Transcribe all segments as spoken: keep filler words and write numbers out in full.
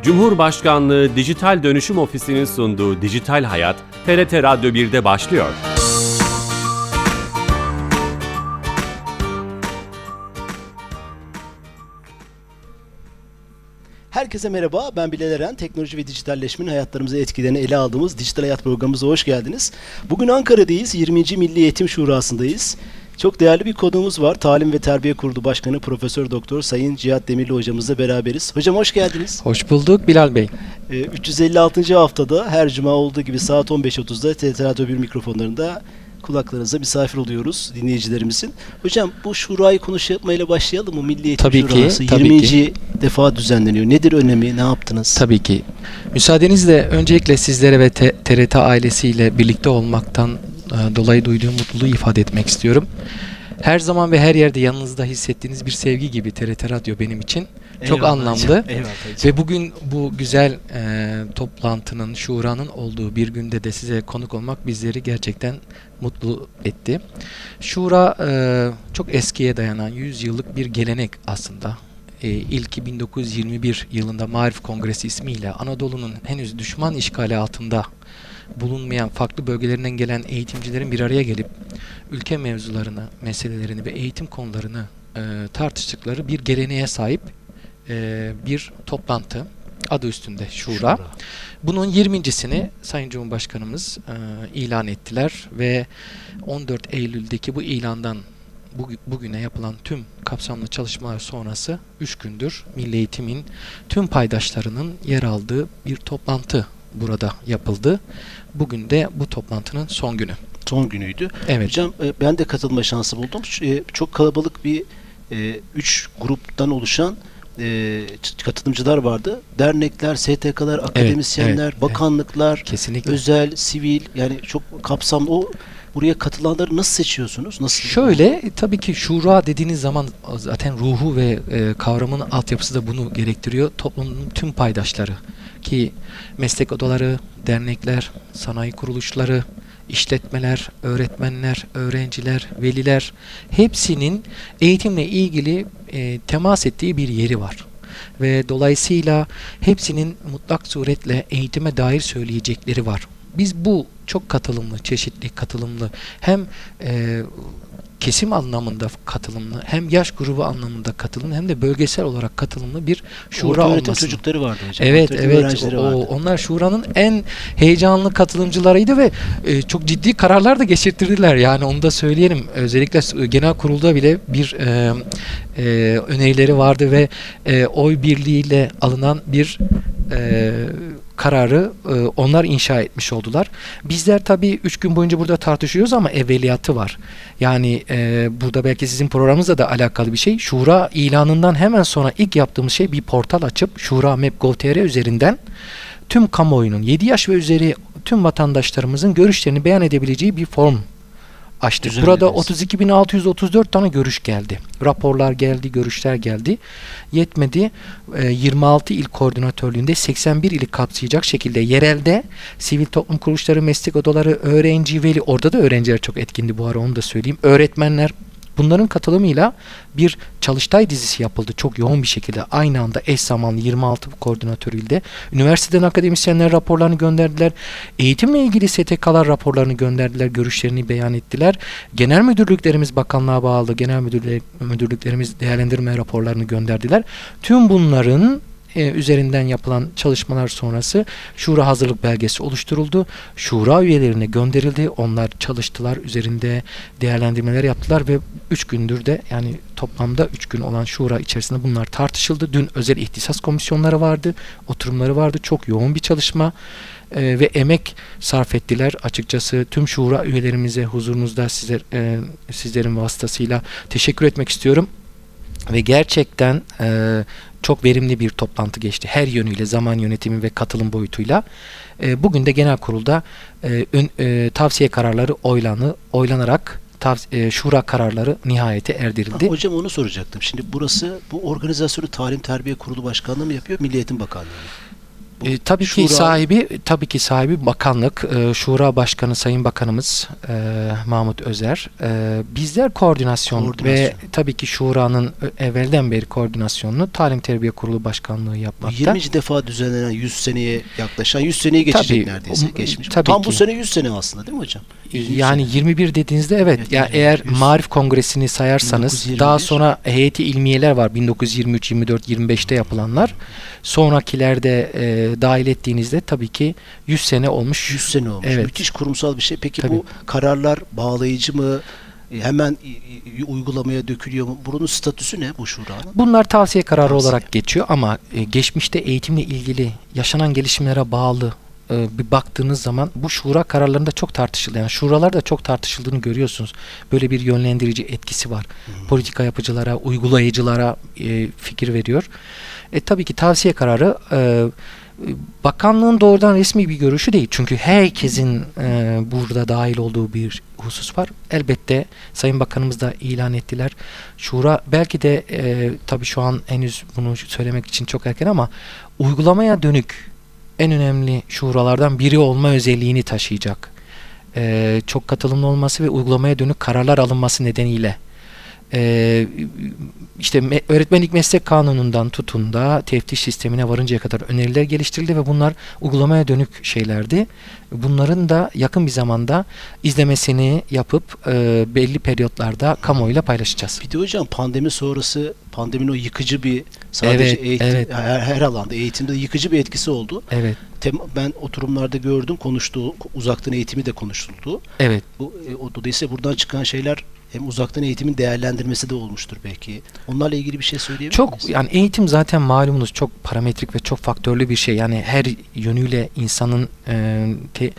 Cumhurbaşkanlığı Dijital Dönüşüm Ofisi'nin sunduğu Dijital Hayat, T R T Radyo bir'de başlıyor. Herkese merhaba, ben Bilal Eren. Teknoloji ve dijitalleşmenin hayatlarımıza etkilerini ele aldığımız Dijital Hayat programımıza hoş geldiniz. Bugün Ankara'dayız, yirminci Milli Eğitim Şurası'ndayız. Çok değerli bir konuğumuz var. Talim ve Terbiye Kurulu Başkanı Profesör Doktor Sayın Cihat Demirli hocamızla beraberiz. Hocam hoş geldiniz. Hoş bulduk Bilal Bey. Ee, üç yüz elli altıncı haftada her cuma olduğu gibi saat on beş otuzda T R T Radyo bir mikrofonlarında kulaklarınıza misafir oluyoruz dinleyicilerimizin. Hocam bu şurayı konuşmayla başlayalım mı? Milli Eğitim tabii Şurası ki, tabii yirminci ki. defa düzenleniyor. Nedir önemi? Ne yaptınız? Tabii ki. Müsaadenizle öncelikle sizlere ve T R T ailesiyle birlikte olmaktan e, dolayı duyduğum mutluluğu ifade etmek istiyorum. Her zaman ve her yerde yanınızda hissettiğiniz bir sevgi gibi T R T Radyo benim için çok Eyvallah anlamlı. hocam, eyvallah hocam. Ve bugün bu güzel e, toplantının, şuranın olduğu bir günde de size konuk olmak bizleri gerçekten mutlu etti. Şura e, çok eskiye dayanan yüz yıllık bir gelenek aslında. E, ilki bin dokuz yüz yirmi bir yılında Maarif Kongresi ismiyle Anadolu'nun henüz düşman işgali altında bulunmayan farklı bölgelerinden gelen eğitimcilerin bir araya gelip ülke mevzularını, meselelerini ve eğitim konularını e, tartıştıkları bir geleneğe sahip e, bir toplantı. Adı üstünde Şura. Şura. Bunun yirmincisini Sayın Cumhurbaşkanımız e, ilan ettiler ve on dört Eylül'deki bu ilandan bu, bugüne yapılan tüm kapsamlı çalışmalar sonrası üç gündür Milli Eğitim'in tüm paydaşlarının yer aldığı bir toplantı burada yapıldı. Bugün de bu toplantının son günü. Son günüydü. Evet. Hocam ben de katılma şansı buldum. Çok kalabalık bir üç gruptan oluşan katılımcılar vardı. Dernekler, S T K'lar, akademisyenler, evet, evet, bakanlıklar, evet. özel, sivil, yani çok kapsamlı. O buraya katılanları nasıl seçiyorsunuz? Nasıl? Şöyle, tabii ki şura dediğiniz zaman zaten ruhu ve e, kavramın altyapısı da bunu gerektiriyor. Toplumun tüm paydaşları ki meslek odaları, dernekler, sanayi kuruluşları, işletmeler, öğretmenler, öğrenciler, veliler hepsinin eğitimle ilgili e, temas ettiği bir yeri var. Ve dolayısıyla hepsinin mutlak suretle eğitime dair söyleyecekleri var. Biz bu çok katılımlı, çeşitli katılımlı, hem e, kesim anlamında katılımlı, hem yaş grubu anlamında katılımlı, hem de bölgesel olarak katılımlı bir şura olması. Çocukları vardı hocam. Evet, evet. O, onlar şuranın en heyecanlı katılımcılarıydı ve e, çok ciddi kararlar da geçirtirdiler. Yani onu da söyleyelim. Özellikle genel kurulda bile bir e, e, önerileri vardı ve e, oy birliğiyle alınan bir e, kararı e, onlar inşa etmiş oldular. Bizler tabii üç gün boyunca burada tartışıyoruz ama evveliyatı var. Yani e, burada belki sizin programınızla da alakalı bir şey. Şura ilanından hemen sonra ilk yaptığımız şey bir portal açıp şura map nokta gov nokta tr üzerinden tüm kamuoyunun, yedi yaş ve üzeri tüm vatandaşlarımızın görüşlerini beyan edebileceği bir form açtık. Güzel. Burada otuz iki bin altı yüz otuz dört tane görüş geldi. Raporlar geldi, görüşler geldi. Yetmedi. yirmi altı il koordinatörlüğünde seksen bir ili kapsayacak şekilde yerelde sivil toplum kuruluşları, meslek odaları, öğrenci, veli, orada da öğrenciler çok etkindi bu ara, onu da söyleyeyim. Öğretmenler, bunların katılımıyla bir çalıştay dizisi yapıldı çok yoğun bir şekilde. Aynı anda eş zamanlı yirmi altı koordinatör ilde. Üniversiteden akademisyenler raporlarını gönderdiler. Eğitimle ilgili S T K'lar raporlarını gönderdiler. Görüşlerini beyan ettiler. Genel müdürlüklerimiz bakanlığa bağlı. Genel müdürlüklerimiz değerlendirme raporlarını gönderdiler. Tüm bunların E, üzerinden yapılan çalışmalar sonrası şura hazırlık belgesi oluşturuldu. Şura üyelerine gönderildi. Onlar çalıştılar. Üzerinde değerlendirmeler yaptılar ve üç gündür de, yani toplamda üç gün olan şura içerisinde bunlar tartışıldı. Dün özel ihtisas komisyonları vardı. Oturumları vardı. Çok yoğun bir çalışma e, ve emek sarf ettiler. Açıkçası tüm şura üyelerimize huzurunuzda sizler, e, sizlerin vasıtasıyla teşekkür etmek istiyorum. Ve gerçekten e, çok verimli bir toplantı geçti. Her yönüyle, zaman yönetimi ve katılım boyutuyla. E, bugün de genel kurulda e, ön, e, tavsiye kararları oylanı, oylanarak tavs- e, şura kararları nihayete erdirildi. Ha, hocam onu soracaktım. Şimdi burası, bu organizasyonu Talim Terbiye Kurulu Başkanlığı mı yapıyor, Milli Eğitim Bakanlığı mı? E, tabii şura... ki sahibi tabii ki sahibi bakanlık, e, Şura Başkanı Sayın Bakanımız e, Mahmut Özer. E, bizler koordinasyon, koordinasyon ve tabii ki Şura'nın evvelden beri koordinasyonunu Talim Terbiye Kurulu Başkanlığı yapmakta. yirminci defa düzenlenen yüz seneye yaklaşan yüz seneye geçecek tabii, neredeyse geçmiş. Tabii Tam ki. Bu sene yüz sene aslında değil mi hocam? Yani sene. yirmi bir dediğinizde evet, evet yani eğer yüz. Marif Kongresi'ni sayarsanız daha sonra heyeti ilmiyeler var bin dokuz yüz yirmi üç, yirmi dört, yirmi beşte yapılanlar. Sonrakilerde e, dahil ettiğinizde tabii ki yüz sene olmuş. yüz sene olmuş. Evet. Müthiş kurumsal bir şey. Peki tabii. Bu kararlar bağlayıcı mı? Hemen uygulamaya dökülüyor mu? Bunun statüsü ne bu şuranın? Bunlar tavsiye kararı tavsiye. olarak geçiyor ama e, geçmişte eğitimle ilgili yaşanan gelişmelere bağlı e, bir baktığınız zaman bu şura kararlarında çok tartışıldı. Yani şuralar da çok tartışıldığını görüyorsunuz. Böyle bir yönlendirici etkisi var. Hmm. Politika yapıcılara, uygulayıcılara e, fikir veriyor. E, tabii ki tavsiye kararı e, bakanlığın doğrudan resmi bir görüşü değil. Çünkü herkesin e, burada dahil olduğu bir husus var. Elbette Sayın Bakanımız da ilan ettiler. Şura belki de e, tabii şu an henüz bunu söylemek için çok erken ama uygulamaya dönük en önemli şuralardan biri olma özelliğini taşıyacak. E, çok katılımlı olması ve uygulamaya dönük kararlar alınması nedeniyle. Ee, işte me- öğretmenlik meslek kanunundan tutun da teftiş sistemine varıncaya kadar öneriler geliştirildi ve bunlar uygulamaya dönük şeylerdi. Bunların da yakın bir zamanda izlemesini yapıp e, belli periyotlarda kamuoyuyla paylaşacağız. Bir de hocam pandemi sonrası pandeminin o yıkıcı bir sadece evet, eğitim evet. Her, her alanda eğitimde yıkıcı bir etkisi oldu. Evet. Tem- ben oturumlarda gördüm, konuştuğu uzaktan eğitimi de konuşuldu. Evet. Bu e, o, dolayısıyla buradan çıkan şeyler hem uzaktan eğitimin değerlendirmesi de olmuştur belki. Onlarla ilgili bir şey söyleyebilir çok, miyiz? Yani eğitim zaten malumunuz çok parametrik ve çok faktörlü bir şey. Yani her yönüyle insanın e, te,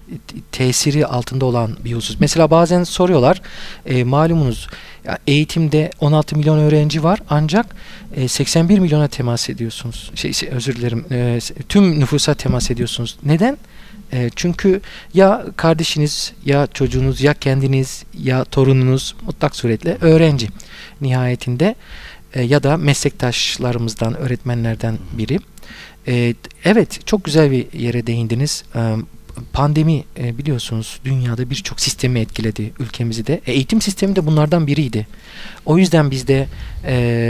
tesiri altında olan bir husus. Mesela bazen soruyorlar, e, malumunuz ya eğitimde on altı milyon öğrenci var ancak e, seksen bir milyona temas ediyorsunuz. Şey, şey özür dilerim. E, tüm nüfusa temas ediyorsunuz. Neden? E, çünkü ya kardeşiniz, ya çocuğunuz, ya kendiniz, ya torununuz mutlak suretle öğrenci nihayetinde e, ya da meslektaşlarımızdan, öğretmenlerden biri. E, evet, çok güzel bir yere değindiniz. E, pandemi e, biliyorsunuz dünyada birçok sistemi etkiledi, ülkemizi de. E, eğitim sistemi de bunlardan biriydi. O yüzden biz de e,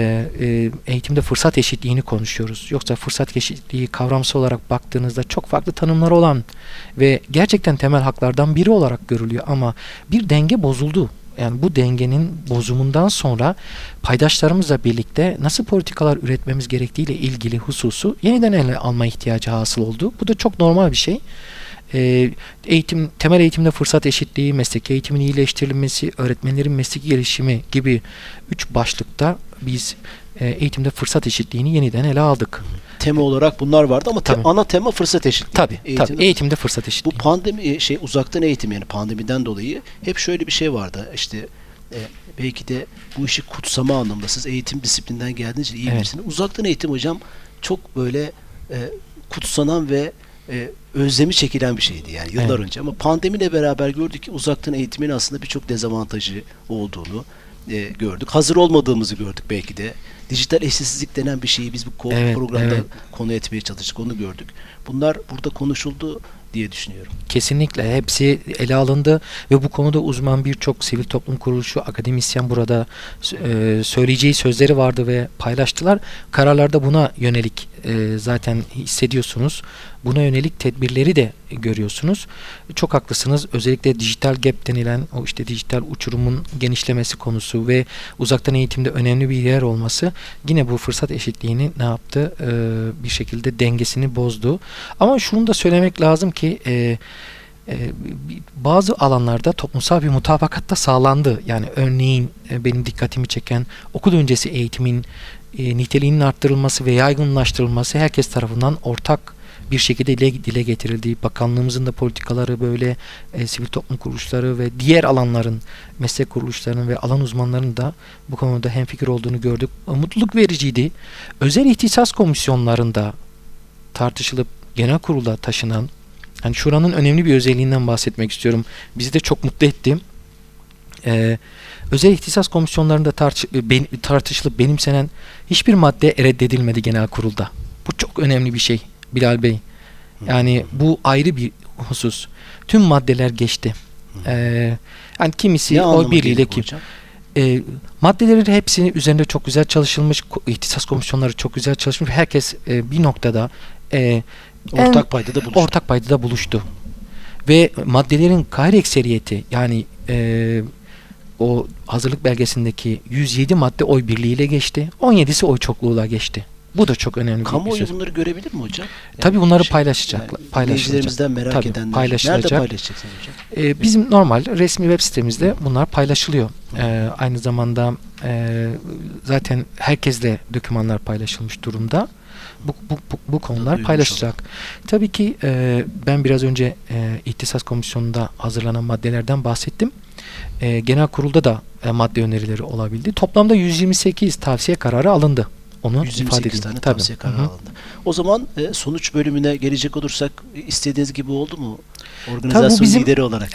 e, eğitimde fırsat eşitliğini konuşuyoruz. Yoksa fırsat eşitliği kavramsal olarak baktığınızda çok farklı tanımları olan ve gerçekten temel haklardan biri olarak görülüyor ama bir denge bozuldu. Yani bu dengenin bozumundan sonra paydaşlarımızla birlikte nasıl politikalar üretmemiz gerektiğiyle ilgili hususu yeniden ele alma ihtiyacı hasıl oldu. Bu da çok normal bir şey. Ee, eğitim, temel eğitimde fırsat eşitliği, mesleki eğitimin iyileştirilmesi, öğretmenlerin mesleki gelişimi gibi üç başlıkta biz e, eğitimde fırsat eşitliğini yeniden ele aldık. Tema olarak bunlar vardı ama te- ana tema fırsat eşitliği. Tabii, eğitimde, tabii, eğitimde fırsat eşitliği. Bu pandemi şey uzaktan eğitim yani pandemiden dolayı hep şöyle bir şey vardı. İşte e, belki de bu işi kutsama anlamında siz eğitim disiplinden geldiğiniz için iyi evet. bilirsiniz. Uzaktan eğitim hocam çok böyle e, kutsanan ve e, özlemi çekilen bir şeydi yani yıllar evet. önce ama pandemiyle beraber gördük ki uzaktan eğitimin aslında birçok dezavantajı olduğunu e, gördük. Hazır olmadığımızı gördük belki de. Dijital eşitsizlik denen bir şeyi biz bu ko- evet, programda evet. konu etmeye çalıştık. Onu gördük. Bunlar burada konuşuldu diye düşünüyorum. Kesinlikle hepsi ele alındı ve bu konuda uzman birçok sivil toplum kuruluşu, akademisyen burada e, söyleyeceği sözleri vardı ve paylaştılar. Kararlarda buna yönelik e, zaten hissediyorsunuz. Buna yönelik tedbirleri de görüyorsunuz. Çok haklısınız. Özellikle dijital gap denilen o işte dijital uçurumun genişlemesi konusu ve uzaktan eğitimde önemli bir yer olması yine bu fırsat eşitliğini ne yaptı? E, bir şekilde dengesini bozdu. Ama şunu da söylemek lazım ki e, e, bazı alanlarda toplumsal bir mutabakat da sağlandı. Yani örneğin e, benim dikkatimi çeken okul öncesi eğitimin e, niteliğinin arttırılması ve yaygınlaştırılması herkes tarafından ortak bir şekilde dile, dile getirildiği, bakanlığımızın da politikaları böyle e, sivil toplum kuruluşları ve diğer alanların, meslek kuruluşlarının ve alan uzmanlarının da bu konuda hemfikir olduğunu gördük. Mutluluk vericiydi. Özel ihtisas komisyonlarında tartışılıp genel kurulda taşınan, hani şuranın önemli bir özelliğinden bahsetmek istiyorum. Bizi de çok mutlu etti. Ee, özel ihtisas komisyonlarında tartış, ben, tartışılıp benimsenen hiçbir madde reddedilmedi genel kurulda. Bu çok önemli bir şey Bilal Bey. Yani bu ayrı bir husus. Tüm maddeler geçti. Ee, yani kimisi Ne o anlama birliğiyle geliyor bu kim. hocam? E, maddeleri hepsini üzerinde çok güzel çalışılmış, ko- ihtisas komisyonları çok güzel çalışmış. Herkes e, bir noktada e, Ortak en- paydada buluştu. ortak paydada buluştu. Ve maddelerin gayri ekseriyeti, yani e, o hazırlık belgesindeki yüz yedi madde oy birliğiyle geçti. on yedisi oy çokluğuyla geçti. Bu da çok önemli bir Kamuoyu söz. bunları görebilir mi hocam? Yani Tabii bunları şey- paylaşacaklar. yani paylaşılacak. dinleyicilerimizden merak Tabii, edenler. paylaşılacak. Nerede paylaşacaksınız hocam? Ee, bizim normal resmi web sitemizde bunlar paylaşılıyor. Ee, aynı zamanda e, zaten herkesle dokümanlar paylaşılmış durumda. Bu, bu, bu, bu konular Duymuş paylaşılacak. Tabii ki e, ben biraz önce e, İhtisas Komisyonu'nda hazırlanan maddelerden bahsettim. E, genel kurulda da e, madde önerileri olabildi. Toplamda yüz yirmi sekiz tavsiye kararı alındı. Onu yüz yirmi ifade sekiz edeyim. tane Tabii. tavsiye kararı Hı hı. alındı. O zaman e, sonuç bölümüne gelecek olursak e, istediğiniz gibi oldu mu? Tabii Organizasyon bu bizim- lideri olarak.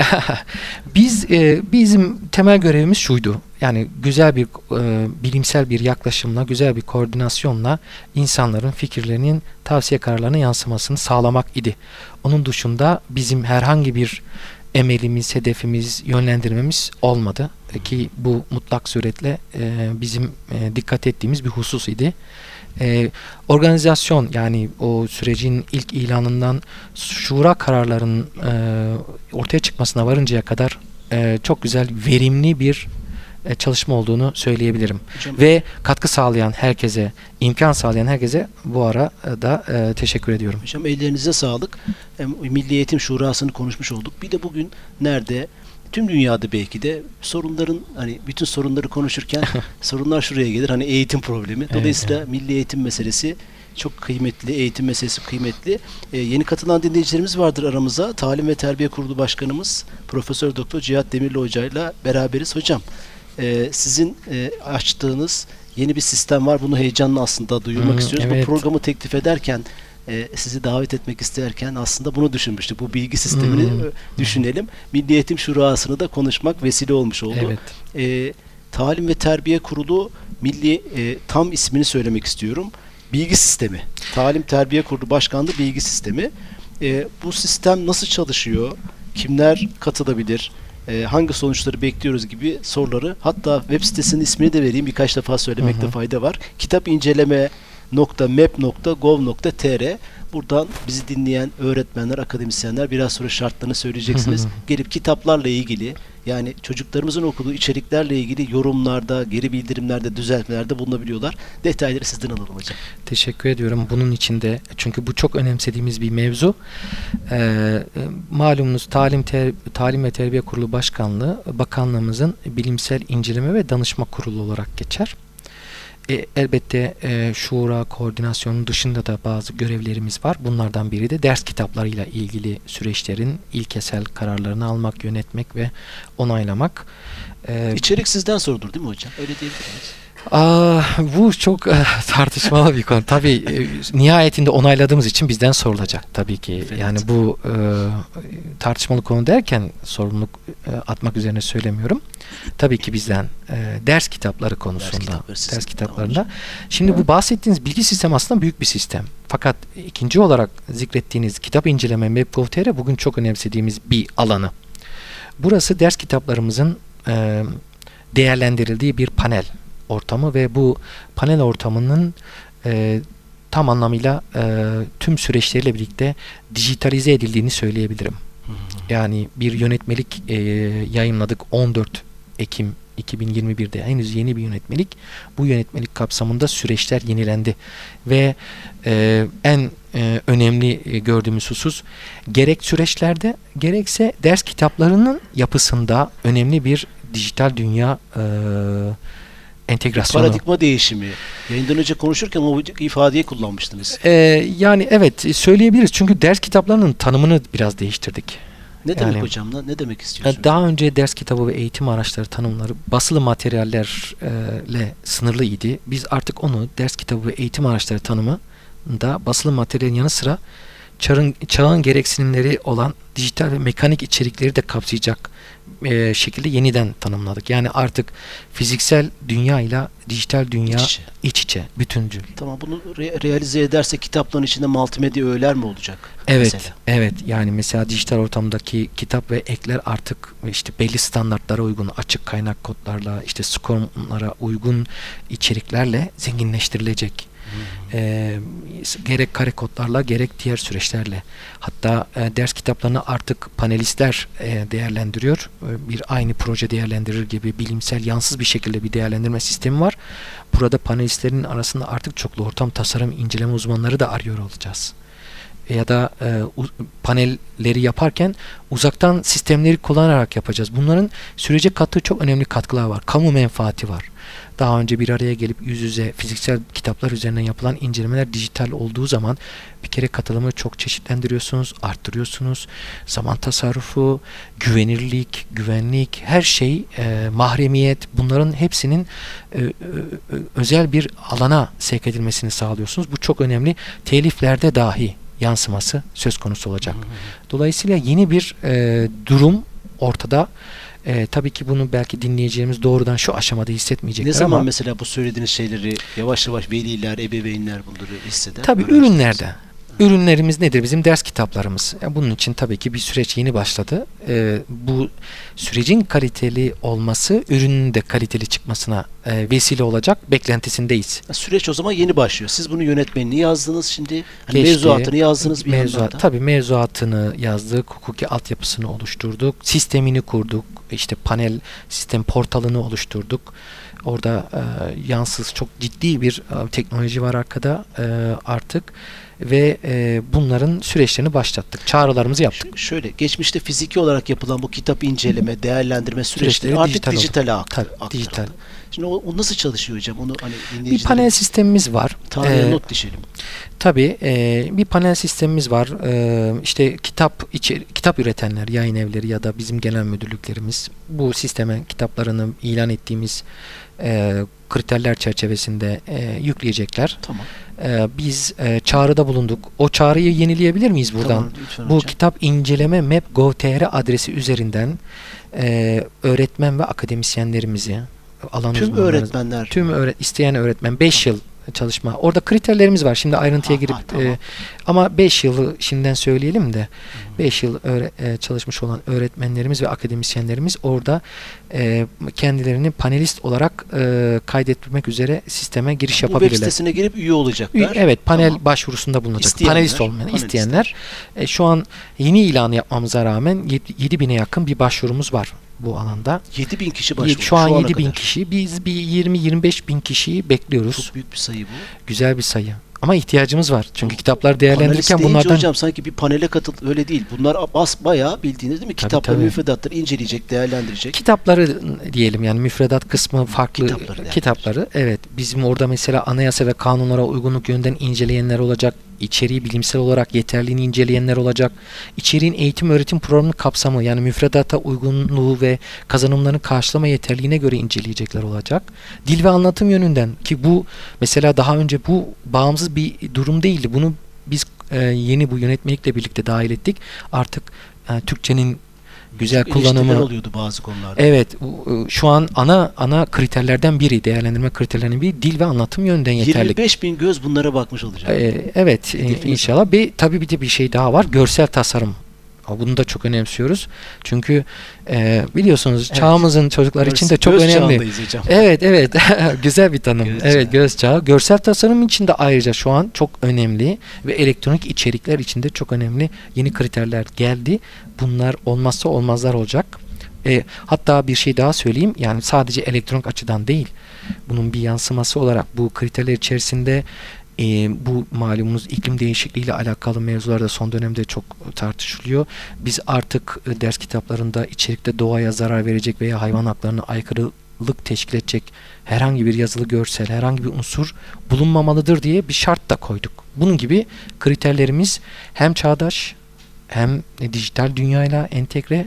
Biz e, bizim temel görevimiz şuydu. Yani güzel bir e, bilimsel bir yaklaşımla, güzel bir koordinasyonla insanların fikirlerinin tavsiye kararlarına yansımasını sağlamak idi. Onun dışında bizim herhangi bir emelimiz, hedefimiz, yönlendirmemiz olmadı. E, Ki bu mutlak suretle e, bizim e, dikkat ettiğimiz bir husus idi. E, organizasyon, yani o sürecin ilk ilanından şura kararlarının e, ortaya çıkmasına varıncaya kadar e, çok güzel, verimli bir e, çalışma olduğunu söyleyebilirim. Hocam, Ve katkı sağlayan herkese, imkan sağlayan herkese bu arada e, teşekkür ediyorum. hocam ellerinize sağlık. Hem Milli Eğitim Şurası'nı konuşmuş olduk. Bir de bugün nerede? Tüm dünyada belki de sorunların, hani bütün sorunları konuşurken sorunlar şuraya gelir. Hani eğitim problemi. Dolayısıyla evet. milli eğitim meselesi çok kıymetli. Eğitim meselesi kıymetli. Ee, yeni katılan dinleyicilerimiz vardır aramıza. Talim ve Terbiye Kurulu Başkanımız Profesör Doktor Cihat Demirli Hoca'yla beraberiz. Hocam, e, sizin e, açtığınız yeni bir sistem var. Bunu heyecanla aslında duyurmak Hmm, istiyoruz. evet. Bu programı teklif ederken, e, sizi davet etmek isterken aslında bunu düşünmüştük. Bu bilgi sistemini Hmm. e, düşünelim. Milli Eğitim Şurası'nı da konuşmak vesile olmuş oldu. Evet. E, Talim ve Terbiye Kurulu Milli, e, tam ismini söylemek istiyorum. Bilgi Sistemi. Talim Terbiye Kurulu Başkanlığı Bilgi Sistemi. E, bu sistem nasıl çalışıyor? Kimler katılabilir? E, hangi sonuçları bekliyoruz gibi soruları, hatta web sitesinin ismini de vereyim, birkaç defa söylemekte Hı hı. fayda var. Kitapinceleme nokta mep nokta gov nokta tr. Buradan bizi dinleyen öğretmenler, akademisyenler biraz sonra şartlarını söyleyeceksiniz. Hı hı. Gelip kitaplarla ilgili, yani çocuklarımızın okuduğu içeriklerle ilgili yorumlarda, geri bildirimlerde, düzeltmelerde bulunabiliyorlar. Detayları sizden alalım hocam. Teşekkür ediyorum. Bunun içinde, çünkü bu çok önemsediğimiz bir mevzu. Ee, malumunuz Talim, Ter- Talim ve Terbiye Kurulu Başkanlığı bakanlığımızın bilimsel inceleme ve danışma kurulu olarak geçer. E, elbette e, şura koordinasyonun dışında da bazı görevlerimiz var. Bunlardan biri de ders kitaplarıyla ilgili süreçlerin ilkesel kararlarını almak, yönetmek ve onaylamak. E, İçerik sizden sorulur değil mi hocam? Öyle diyebilir miyiz? Aa, bu çok e, tartışmalı bir konu. Tabii e, nihayetinde onayladığımız için bizden sorulacak tabii ki. Evet. Yani bu e, tartışmalı konu derken sorumluluk e, atmak üzerine söylemiyorum. Tabii ki bizden e, ders kitapları konusunda, Ders kitapları ders, sistemi, kitaplarında. tamam. Şimdi bu bahsettiğiniz bilgi sistemi aslında büyük bir sistem. Fakat ikinci olarak zikrettiğiniz kitap inceleme web nokta gov nokta tr bugün çok önemsediğimiz bir alanı. Burası ders kitaplarımızın e, değerlendirildiği bir panel ortamı ve bu panel ortamının e, tam anlamıyla e, tüm süreçleriyle birlikte dijitalize edildiğini söyleyebilirim. Hı hı. Yani bir yönetmelik e, yayınladık on dört Ekim iki bin yirmi birde, henüz yeni bir yönetmelik. Bu yönetmelik kapsamında süreçler yenilendi ve e, en e, önemli e, gördüğümüz husus, gerek süreçlerde gerekse ders kitaplarının yapısında önemli bir dijital dünya e, entegrasyonu. Paradigma değişimi. Yayından önce konuşurken o ifadeyi kullanmıştınız. Ee, yani evet, söyleyebiliriz. Çünkü ders kitaplarının tanımını biraz değiştirdik. Ne demek yani- hocam? Ne demek istiyorsunuz? Yani daha önce ders kitabı ve eğitim araçları tanımları basılı materyallerle sınırlı idi. Biz artık onu ders kitabı ve eğitim araçları tanımında basılı materyalin yanı sıra çağın, çağın gereksinimleri olan dijital ve mekanik içerikleri de kapsayacak e, şekilde yeniden tanımladık. Yani artık fiziksel dünya ile dijital dünya İç içe. iç içe, bütüncül. Tamam, bunu re- realize ederse kitapların içinde multimedya öğeler mi olacak? Evet, Mesela? evet. Yani mesela dijital ortamdaki kitap ve ekler artık işte belli standartlara uygun, açık kaynak kodlarla, işte skorlara uygun içeriklerle zenginleştirilecek. E, gerek kare kodlarla gerek diğer süreçlerle. Hatta e, ders kitaplarını artık panelistler e, değerlendiriyor. E, bir aynı proje değerlendirir gibi bilimsel yansız bir şekilde bir değerlendirme sistemi var. Burada panelistlerin arasında artık çoklu ortam tasarım inceleme uzmanları da arıyor olacağız. Ya da e, u, panelleri yaparken uzaktan sistemleri kullanarak yapacağız. Bunların sürece kattığı çok önemli katkılar var. Kamu menfaati var. Daha önce bir araya gelip yüz yüze fiziksel kitaplar üzerinden yapılan incelemeler dijital olduğu zaman bir kere katılımı çok çeşitlendiriyorsunuz, arttırıyorsunuz. Zaman tasarrufu, güvenirlik, güvenlik, her şey, e, mahremiyet, bunların hepsinin e, e, özel bir alana sevk edilmesini sağlıyorsunuz. Bu çok önemli. Teliflerde dahi yansıması söz konusu olacak. Dolayısıyla yeni bir e, durum ortada. E, tabii ki bunu belki dinleyeceğimiz doğrudan şu aşamada hissetmeyecekler Ne zaman ama mesela bu söylediğiniz şeyleri yavaş yavaş veliler, ebeveynler bunları hisseder? tabii öğrenciler ürünlerde. Ürünlerimiz nedir? Bizim ders kitaplarımız. Yani bunun için tabii ki bir süreç yeni başladı. Ee, bu sürecin kaliteli olması ürünün de kaliteli çıkmasına e, vesile olacak beklentisindeyiz. Süreç o zaman yeni başlıyor. Siz bunu yönetmenini yazdınız şimdi. Hani Geçti. mevzuatını yazdınız bir Mevzuat, yandan da. tabii mevzuatını yazdık, hukuki altyapısını oluşturduk, sistemini kurduk, işte panel sistem portalını oluşturduk. Orada e, yansız çok ciddi bir e, teknoloji var arkada e, artık ve e, bunların süreçlerini başlattık. Çağrılarımızı yaptık. Ş- Şöyle, geçmişte fiziki olarak yapılan bu kitap inceleme, değerlendirme süreçleri Süreçleri artık dijital oldu. dijitale ak- Tabii, aktarıldı. dijital. Şimdi o, o nasıl çalışıyor hocam? Onu hani Bir dinleyicilerin panel sistemimiz var. tarihe Ee, not düşelim. Tabii e, bir panel sistemimiz var. E, işte kitap içi, kitap üretenler, yayın evleri ya da bizim genel müdürlüklerimiz bu sisteme kitaplarını ilan ettiğimiz e, kriterler çerçevesinde e, yükleyecekler. Tamam. E, biz e, çağrıda bulunduk. O çağrıyı yenileyebilir miyiz buradan? Tamam, lütfen Bu hocam. kitap inceleme map nokta gov nokta tr adresi üzerinden e, öğretmen ve akademisyenlerimizi, alan Tüm uzmanlarımızı- öğretmenler Tüm öğret isteyen öğretmen beş yıl çalışma. Orada kriterlerimiz var. Şimdi ayrıntıya Ha, girip ha, tamam. e, ama beş yılı şimdiden söyleyelim de beş yıl öğre- e, çalışmış olan öğretmenlerimiz ve akademisyenlerimiz orada e, kendilerini panelist olarak e, kaydetmek üzere sisteme giriş bu web yapabilirler. sitesine girip üye olacaklar. Üye- Evet, panel Tamam. başvurusunda bulunacak. İsteyenler, Panelist olmayan panelistler. isteyenler. E, şu an yeni ilanı yapmamıza rağmen yedi bine yakın bir başvurumuz var bu alanda. yedi bin kişi Yedi- başvurdu. Şu an ana yedi bin kadar. kişi. Biz bir yirmi yirmi beş bin kişiyi bekliyoruz. Çok büyük bir sayı bu. Güzel bir sayı. Ama ihtiyacımız var. Çünkü kitaplar Panelist değerlendirirken deyince bunlardan hocam sanki bir panele katıl öyle değil. Bunlar bas bayağı bildiğiniz değil mi? Tabii, Kitapları, tabii. müfredatları inceleyecek, değerlendirecek. kitapları diyelim, yani müfredat kısmı farklı Kitapları kitapları, değerlendirecek. evet, bizim orada mesela anayasa ve kanunlara uygunluk yönden inceleyenler olacak. İçeriği bilimsel olarak yeterliğini inceleyenler olacak. İçeriğin eğitim öğretim programının kapsamı, yani müfredata uygunluğu ve kazanımlarını karşılama yeterliğine göre inceleyecekler olacak. Dil ve anlatım yönünden, ki bu mesela daha önce bu bağımsız bir durum değildi. Bunu biz e, yeni bu yönetmelikle birlikte dahil ettik. Artık e, Türkçenin güzel Çok eleştiriler kullanımı. oluyordu bazı konularda. Evet, bu, e, şu an ana ana kriterlerden biri, değerlendirme kriterlerinden biri dil ve anlatım yönden yeterli. yirmi beş bin göz bunlara bakmış olacak. Ee, evet, e, Hedefiniz inşallah. Bir, tabii bir de bir şey daha var. Görsel tasarım. Ha, bunu da çok önemsiyoruz. Çünkü e, biliyorsunuz Evet. çağımızın çocuklar için de çok Göz önemli. çağındayız hocam. Evet, evet. Güzel bir tanım. Göz evet, çağı. göz çağı. Görsel tasarım için de ayrıca şu an çok önemli ve elektronik içerikler için de çok önemli yeni kriterler geldi. Bunlar olmazsa olmazlar olacak. E, hatta bir şey daha söyleyeyim. Yani sadece elektronik açıdan değil. Bunun bir yansıması olarak bu kriterler içerisinde e, bu malumunuz iklim değişikliği ile alakalı mevzular da son dönemde çok tartışılıyor. Biz artık e, ders kitaplarında içerikte doğaya zarar verecek veya hayvan haklarına aykırılık teşkil edecek herhangi bir yazılı görsel, herhangi bir unsur bulunmamalıdır diye bir şart da koyduk. Bunun gibi kriterlerimiz hem çağdaş hem e, dijital dünyayla entegre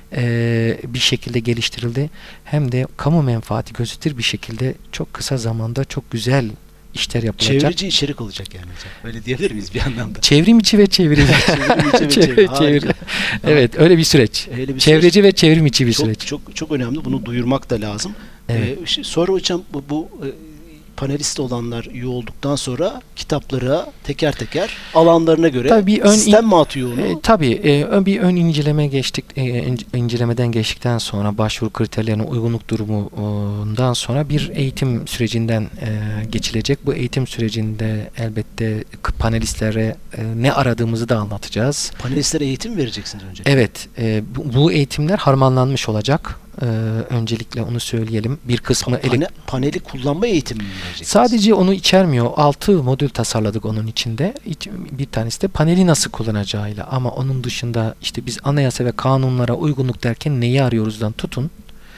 e, bir şekilde geliştirildi. Hem de kamu menfaati gözetir bir şekilde çok kısa zamanda çok güzel işler yapılacak. Çevreci içerik olacak yani hocam. Öyle diyebilir miyiz bir anlamda? Çevrim içi ve çeviri. Çevrim içi ve çeviri. Harika. Evet, öyle bir süreç. Öyle bir Çevreci süreç. ve çevrim içi bir çok, süreç. Çok çok önemli. Bunu duyurmak da lazım. Evet. Ee, şi- sonra hocam bu, bu e, panelist olanlar üye olduktan sonra kitaplara teker teker alanlarına göre Tabii bir ön sistem mi atıyor onu? E, tabii e, ön bir ön inceleme geçtik e, in- incelemeden geçtikten sonra başvuru kriterlerine uygunluk durumundan sonra bir eğitim sürecinden e, geçilecek. Bu eğitim sürecinde elbette k- panelistlere e, ne aradığımızı da anlatacağız. Panelistlere eğitim mi vereceksiniz önce? Evet, e, bu, bu eğitimler harmanlanmış olacak. E, öncelikle onu söyleyelim. Bir kısmı Pa- elek- pane- paneli kullanma eğitimi mi vereceksiniz? Sadece onu içermiyor. altı modül tasarladık onun içinde. İç- Bir tanesi de paneli nasıl kullanacağıyla. Ama onun dışında işte biz anayasa ve kanunlara uygunluk derken neyi arıyoruzdan tutun.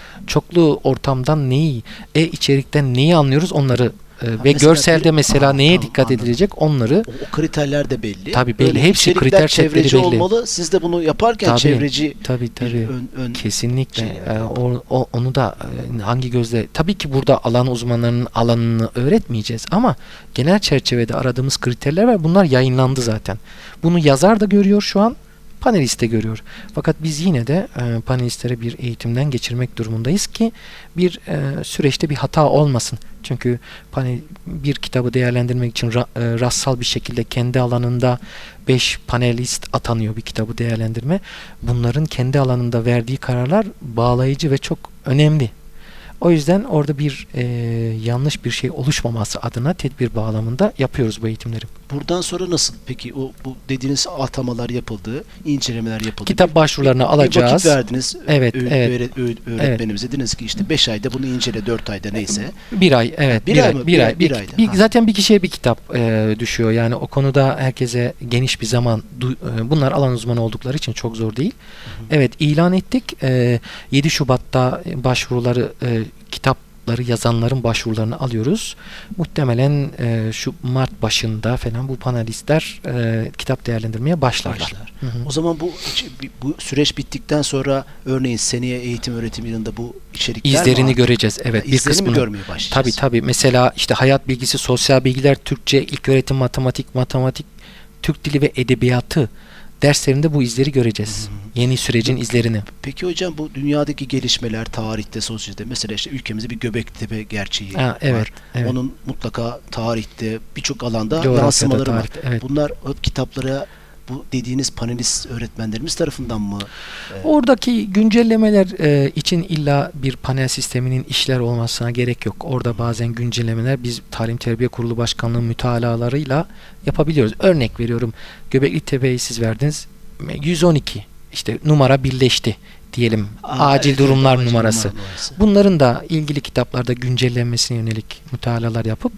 Çoklu ortamdan neyi, e-içerikten neyi anlıyoruz onları e, ve mesela görselde bir- mesela Aa, neye tamam, dikkat anladım. edilecek onları. O, o kriterler de belli. Tabii belli. Böyle Hepsi içerikler kriter setleri çevreci belli. olmalı. Siz de bunu yaparken Tabii, çevreci tabii bir tabii. ön, ön Kesinlikle. şey Ee, o, o- onu da e, hangi gözle tabii ki burada alan uzmanlarının alanını öğretmeyeceğiz ama genel çerçevede aradığımız kriterler var. Bunlar yayınlandı zaten. Bunu yazar da görüyor şu an, panelist de görüyor. Fakat biz yine de e, panelistlere bir eğitimden geçirmek durumundayız ki bir e, süreçte bir hata olmasın. Çünkü panel bir kitabı değerlendirmek için ra, e, rastsal bir şekilde kendi alanında beş panelist atanıyor bir kitabı değerlendirme. Bunların kendi alanında verdiği kararlar bağlayıcı ve çok önemli. O yüzden orada bir e, yanlış bir şey oluşmaması adına tedbir bağlamında yapıyoruz bu eğitimleri. Buradan sonra nasıl? Peki o bu dediğiniz atamalar yapıldı, incelemeler yapıldı. Kitap başvurularını Bir alacağız. vakit verdiniz Evet, öğ- evet. öğret- öğ- öğretmenimize. Dediniz ki işte beş ayda bunu incele, dört ayda neyse. Bir ay, evet. Bir Bir, ay ay, mı? bir, Bir ay. ay, Bir, bir ayda. bir- Ha. zaten bir kişiye bir kitap e, düşüyor. Yani o konuda herkese geniş bir zaman. du- e, bunlar alan uzmanı oldukları için çok zor değil. Evet, ilan ettik. E, yedi Şubat'ta başvuruları e, kitap yazanların başvurularını alıyoruz. Muhtemelen e, şu Mart başında falan bu panelistler e, kitap değerlendirmeye başlarlar. Başlar. Hı hı. O zaman bu bu süreç bittikten sonra örneğin seneye eğitim öğretim yılında bu içerikler İzlerini mi? göreceğiz. Evet, Ha, bir izlerini mi kısmını. görmeye başlayacağız? Tabii tabii. Mesela işte hayat bilgisi, sosyal bilgiler, Türkçe, ilköğretim, matematik, matematik, Türk dili ve edebiyatı derslerinde bu izleri göreceğiz. Hı hı. Yeni sürecin izlerini. Peki hocam bu dünyadaki gelişmeler tarihte, sosyete mesela işte ülkemizde bir Göbektepe gerçeği Ha, evet, var. evet. Onun mutlaka tarihte birçok alanda Coğrafyada, yansımaları var. tarihte, evet. Bunlar o kitaplara bu dediğiniz panelist öğretmenlerimiz tarafından mı? e, Oradaki güncellemeler e, için illa bir panel sisteminin işler olmasına gerek yok. Orada bazen güncellemeler biz Talim Terbiye Kurulu Başkanlığı mütalalarıyla yapabiliyoruz. Örnek veriyorum. Göbekli Tepe'yi siz verdiniz. yüz on iki işte numara birleşti diyelim. Aa, acil evet, durumlar acil numarası. durumlar numarası. Bunların da ilgili kitaplarda güncellenmesine yönelik mütalalar yapıp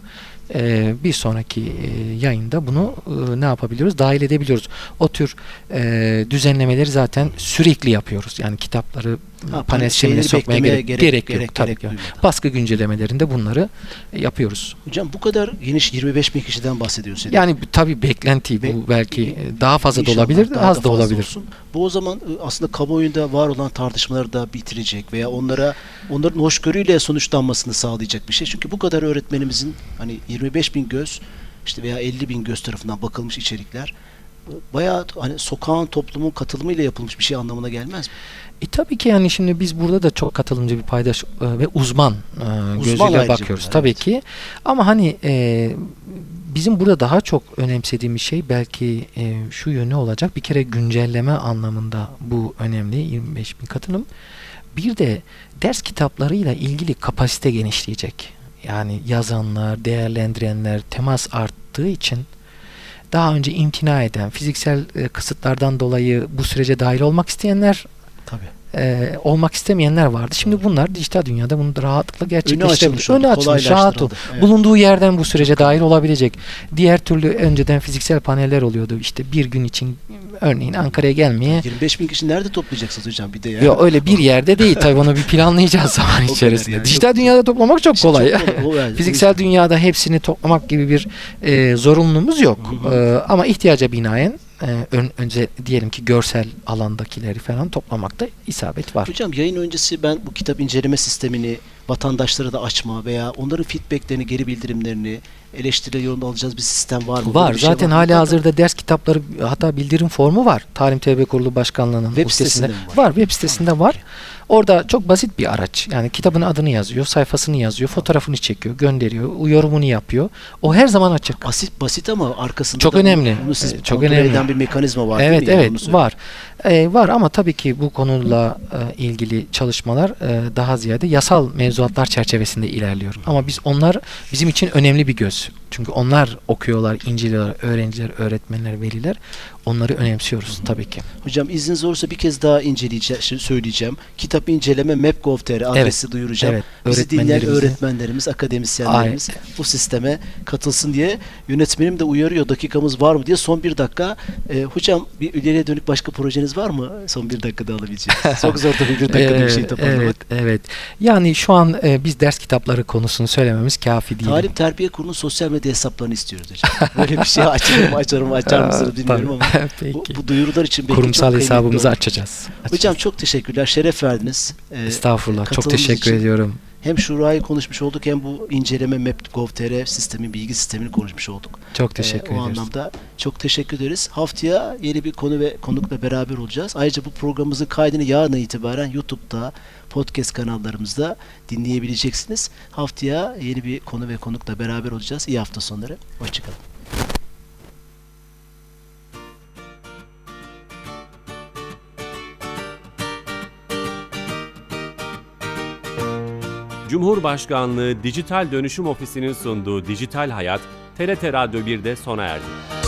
e, bir sonraki e, yayında bunu e, ne yapabiliyoruz? Dahil edebiliyoruz. O tür e, düzenlemeleri zaten sürekli yapıyoruz. Yani kitapları Ha, panel sistemine şeyleri sokmaya beklemeye gerek, gerek, gerek- yok. Tabii gerek ki. duymadan. Baskı güncellemelerinde bunları e, yapıyoruz. Hocam bu kadar geniş yirmi beş bin kişiden bahsediyorsunuz. Yani tabii beklenti Ve- bu belki e, daha fazla da İnşallah olabilir, daha az da fazla olabilir. olsun. Bu o zaman e, aslında kamuoyunda var olan tartışmaları da bitirecek veya onlara onların hoşgörüyle sonuçlanmasını sağlayacak bir şey. Çünkü bu kadar öğretmenimizin hani yirmi beş bin göz işte veya elli bin göz tarafından bakılmış içerikler e, bayağı hani sokağın toplumun katılımıyla yapılmış bir şey anlamına gelmez mi? E tabii ki yani şimdi biz burada da çok katılımcı bir paydaş e, ve uzman e, gözüyle ayrıca bakıyoruz bunlar, tabii evet. ki. Ama hani e, bizim burada daha çok önemsediğimiz şey belki e, şu yönü olacak. Bir kere güncelleme anlamında bu önemli. yirmi beş bin katılım. Bir de ders kitaplarıyla ilgili kapasite genişleyecek. Yani yazanlar, değerlendirenler temas arttığı için daha önce imtina eden, fiziksel e, kısıtlardan dolayı bu sürece dahil olmak isteyenler Tabii. e, olmak istemeyenler vardı. Şimdi bunlar dijital dünyada bunu da rahatlıkla gerçekleştirebilir. açılmış oldu, Önü açılmış, rahat ol. kolaylaştırıldı. Evet. Bulunduğu yerden bu sürece dahil olabilecek. Diğer türlü önceden fiziksel paneller oluyordu. İşte bir gün için örneğin Ankara'ya gelmeye. yirmi beş bin kişi nerede toplayacaksınız hocam bir de ya? Yok öyle bir yerde değil. Tabii onu bir planlayacağız zaman kadar içerisinde. yani, Dijital çok- dünyada toplamak çok İşte kolay. çok kolay, o yani. Fiziksel dünyada hepsini toplamak gibi bir e, zorunluluğumuz yok. Hı hı. E, ama ihtiyaca binaen e, ön, önce diyelim ki görsel alandakileri falan toplamakta isabet var. Hocam yayın öncesi ben bu kitap inceleme sistemini vatandaşlara da açma veya onların feedbacklerini, geri bildirimlerini, eleştiri yorumda alacağız bir sistem var mı? Var. Böyle bir şey Zaten var mı? hali hazırda ders kitapları, hatta bildirim formu var. Talim T B Kurulu Başkanlığı'nın Web bu sitesinde sitesinde mi var. var? Web sitesinde var. Orada çok basit bir araç. Yani kitabın adını yazıyor, sayfasını yazıyor, fotoğrafını çekiyor, gönderiyor, yorumunu yapıyor. O her zaman açık. Basit basit ama arkasında Çok da önemli. bunu siz Ee, çok kontrol önemli. eden bir mekanizma var Evet, değil mi? Yani onu evet söyleyeyim. var. Ee, var ama tabii ki bu konuyla e, ilgili çalışmalar e, daha ziyade yasal mevzuatlar çerçevesinde ilerliyor. Ama biz onlar bizim için önemli bir göz. Çünkü onlar okuyorlar, inceliyorlar, öğrenciler, öğretmenler, veliler. Onları önemsiyoruz tabii ki. Hocam izniniz olursa bir kez daha inceleyeceğim, şey söyleyeceğim. Kitap inceleme map nokta gov nokta tr adresi duyuracağım. Evet, Bizi dinleyen öğretmenlerimize- öğretmenlerimiz, akademisyenlerimiz bu sisteme katılsın diye. Yönetmenim de uyarıyor, dakikamız var mı diye. Son bir dakika. Ee, hocam bir ileriye dönük başka projeniz var mı? Son bir dakikada alabileceğiniz. Çok zor tabii bir dakikada bir şey Ee, toparlamak. Evet, evet. Yani şu an e, biz ders kitapları konusunu söylememiz kafi değil. Talim Terbiye Kurulu'nun sosyal medya hesaplarını istiyoruz hocam. Böyle bir şey açarım açarım açar mısınız bilmiyorum ama Peki. bu, bu duyurular için belki Kurumsal çok kıymetli hesabımızı olur. açacağız. Hocam Açacağız. çok teşekkürler. Şeref verdiniz. Ee, Estağfurullah. Çok katılımınız teşekkür için. ediyorum. Hem Şura'yı konuşmuş olduk hem bu inceleme map nokta gov nokta tr sistemin, bilgi sistemini konuşmuş olduk. Çok teşekkür Ee, o ederiz. anlamda çok teşekkür ederiz. Haftaya yeni bir konu ve konukla beraber olacağız. Ayrıca bu programımızın kaydını yarına itibaren YouTube'da, podcast kanallarımızda dinleyebileceksiniz. Haftaya yeni bir konu ve konukla beraber olacağız. İyi hafta sonları. Hoşçakalın. Cumhurbaşkanlığı Dijital Dönüşüm Ofisi'nin sunduğu Dijital Hayat, T R T Radyo birde sona erdi.